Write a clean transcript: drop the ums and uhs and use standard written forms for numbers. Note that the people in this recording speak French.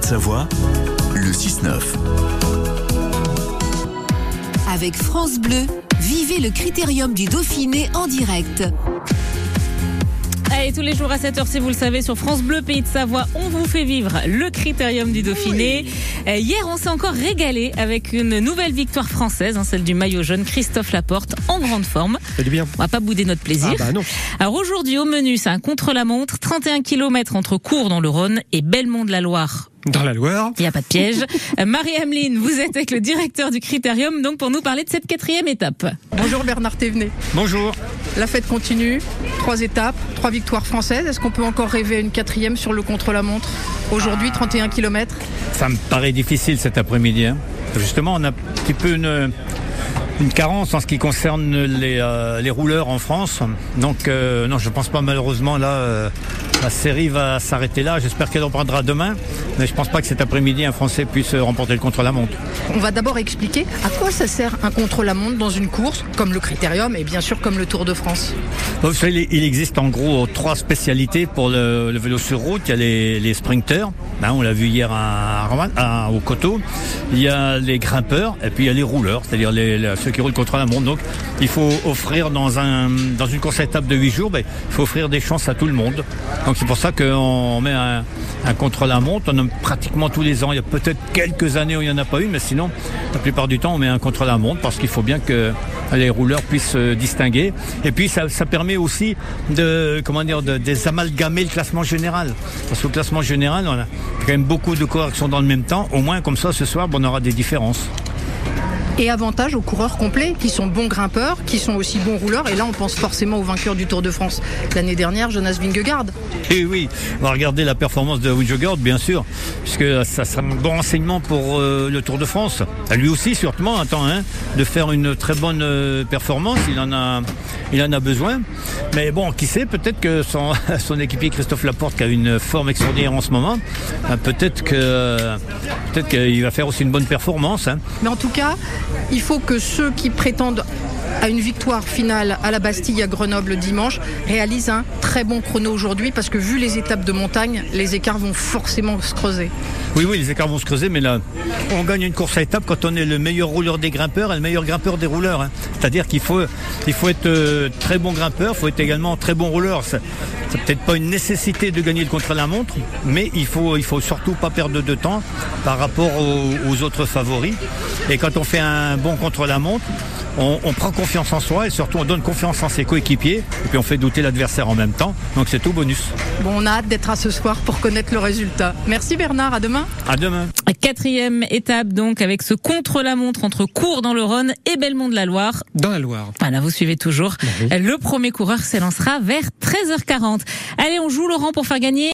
de Savoie, le 6-9. Avec France Bleu, vivez le Critérium du Dauphiné en direct. Allez, tous les jours à 7h, si vous le savez, sur France Bleu, Pays de Savoie, on vous fait vivre le Critérium du Dauphiné. Oui. Hier, on s'est encore régalé avec une nouvelle victoire française, celle du maillot jaune, Christophe Laporte, en grande forme. C'est bien. On va pas bouder notre plaisir. Ah bah non. Alors aujourd'hui, au menu, c'est un contre-la-montre, 31 km entre Cours dans le Rhône et Belmont-de-la-Loire. Dans la Loire. Il n'y a pas de piège. Marie-Ameline, vous êtes avec le directeur du Critérium, donc pour nous parler de cette 4e étape. Bonjour Bernard Thévenet. Bonjour. La fête continue, 3 étapes, 3 victoires françaises. Est-ce qu'on peut encore rêver à une 4e sur le contre-la-montre ? Aujourd'hui, 31 km. Ça me paraît difficile cet après-midi. Justement, on a un petit peu une carence en ce qui concerne les rouleurs en France. Donc non, je ne pense pas malheureusement là la série va s'arrêter là. J'espère qu'elle reprendra demain, mais je ne pense pas que cet après-midi un Français puisse remporter le contre-la-montre. On va d'abord expliquer à quoi ça sert un contre-la-montre dans une course, comme le Critérium et bien sûr comme le Tour de France. Vous savez, il existe en gros 3 spécialités pour le vélo sur route. Il y a les sprinters, on l'a vu hier au Coteau. Il y a les grimpeurs et puis il y a les rouleurs, c'est-à-dire ceux qui roulent contre la montre. Donc il faut offrir dans une course à étape de 8 jours, il faut offrir des chances à tout le monde. Donc c'est pour ça qu'on met un contre-la-montre. On en a pratiquement tous les ans. Il y a peut-être quelques années où il n'y en a pas eu, mais sinon la plupart du temps on met un contre-la-montre parce qu'il faut bien que les rouleurs puissent se distinguer. Et puis ça permet aussi de désamalgamer le classement général. Parce qu'au classement général, on a quand même beaucoup de coureurs qui sont dans le même temps. Au moins comme ça ce soir on aura des différences. Et avantage aux coureurs complets qui sont bons grimpeurs, qui sont aussi bons rouleurs. Et là, on pense forcément au vainqueur du Tour de France l'année dernière, Jonas Vingegaard. Et oui, on va regarder la performance de Vingegaard, bien sûr, puisque ça sera un bon renseignement pour le Tour de France. Lui aussi, sûrement, de faire une très bonne performance. Il en a besoin. Mais bon, qui sait, peut-être que son équipier Christophe Laporte, qui a une forme extraordinaire en ce moment, peut-être qu'il va faire aussi une bonne performance. Mais en tout cas, il faut que ceux qui prétendent à une victoire finale à la Bastille à Grenoble dimanche réalisent un très bon chrono aujourd'hui parce que vu les étapes de montagne, les écarts vont forcément se creuser. Oui, les écarts vont se creuser, mais là, on gagne une course à étapes quand on est le meilleur rouleur des grimpeurs et le meilleur grimpeur des rouleurs. C'est-à-dire qu'il faut être très bon grimpeur, il faut être également très bon rouleur. C'est peut-être pas une nécessité de gagner le contre-la-montre, mais il faut surtout pas perdre de temps par rapport aux autres favoris. Et quand on fait un bon contre-la-montre, on prend confiance en soi et surtout on donne confiance en ses coéquipiers et puis on fait douter l'adversaire en même temps. Donc c'est tout bonus. Bon, on a hâte d'être à ce soir pour connaître le résultat. Merci Bernard, à demain. À demain. 4e étape donc avec ce contre-la-montre entre Cours dans le Rhône et Belmont-de-la-Loire. Dans la Loire. Voilà, vous suivez toujours. Oui. Le premier coureur s'élancera vers 13h40. Allez, on joue Laurent pour faire gagner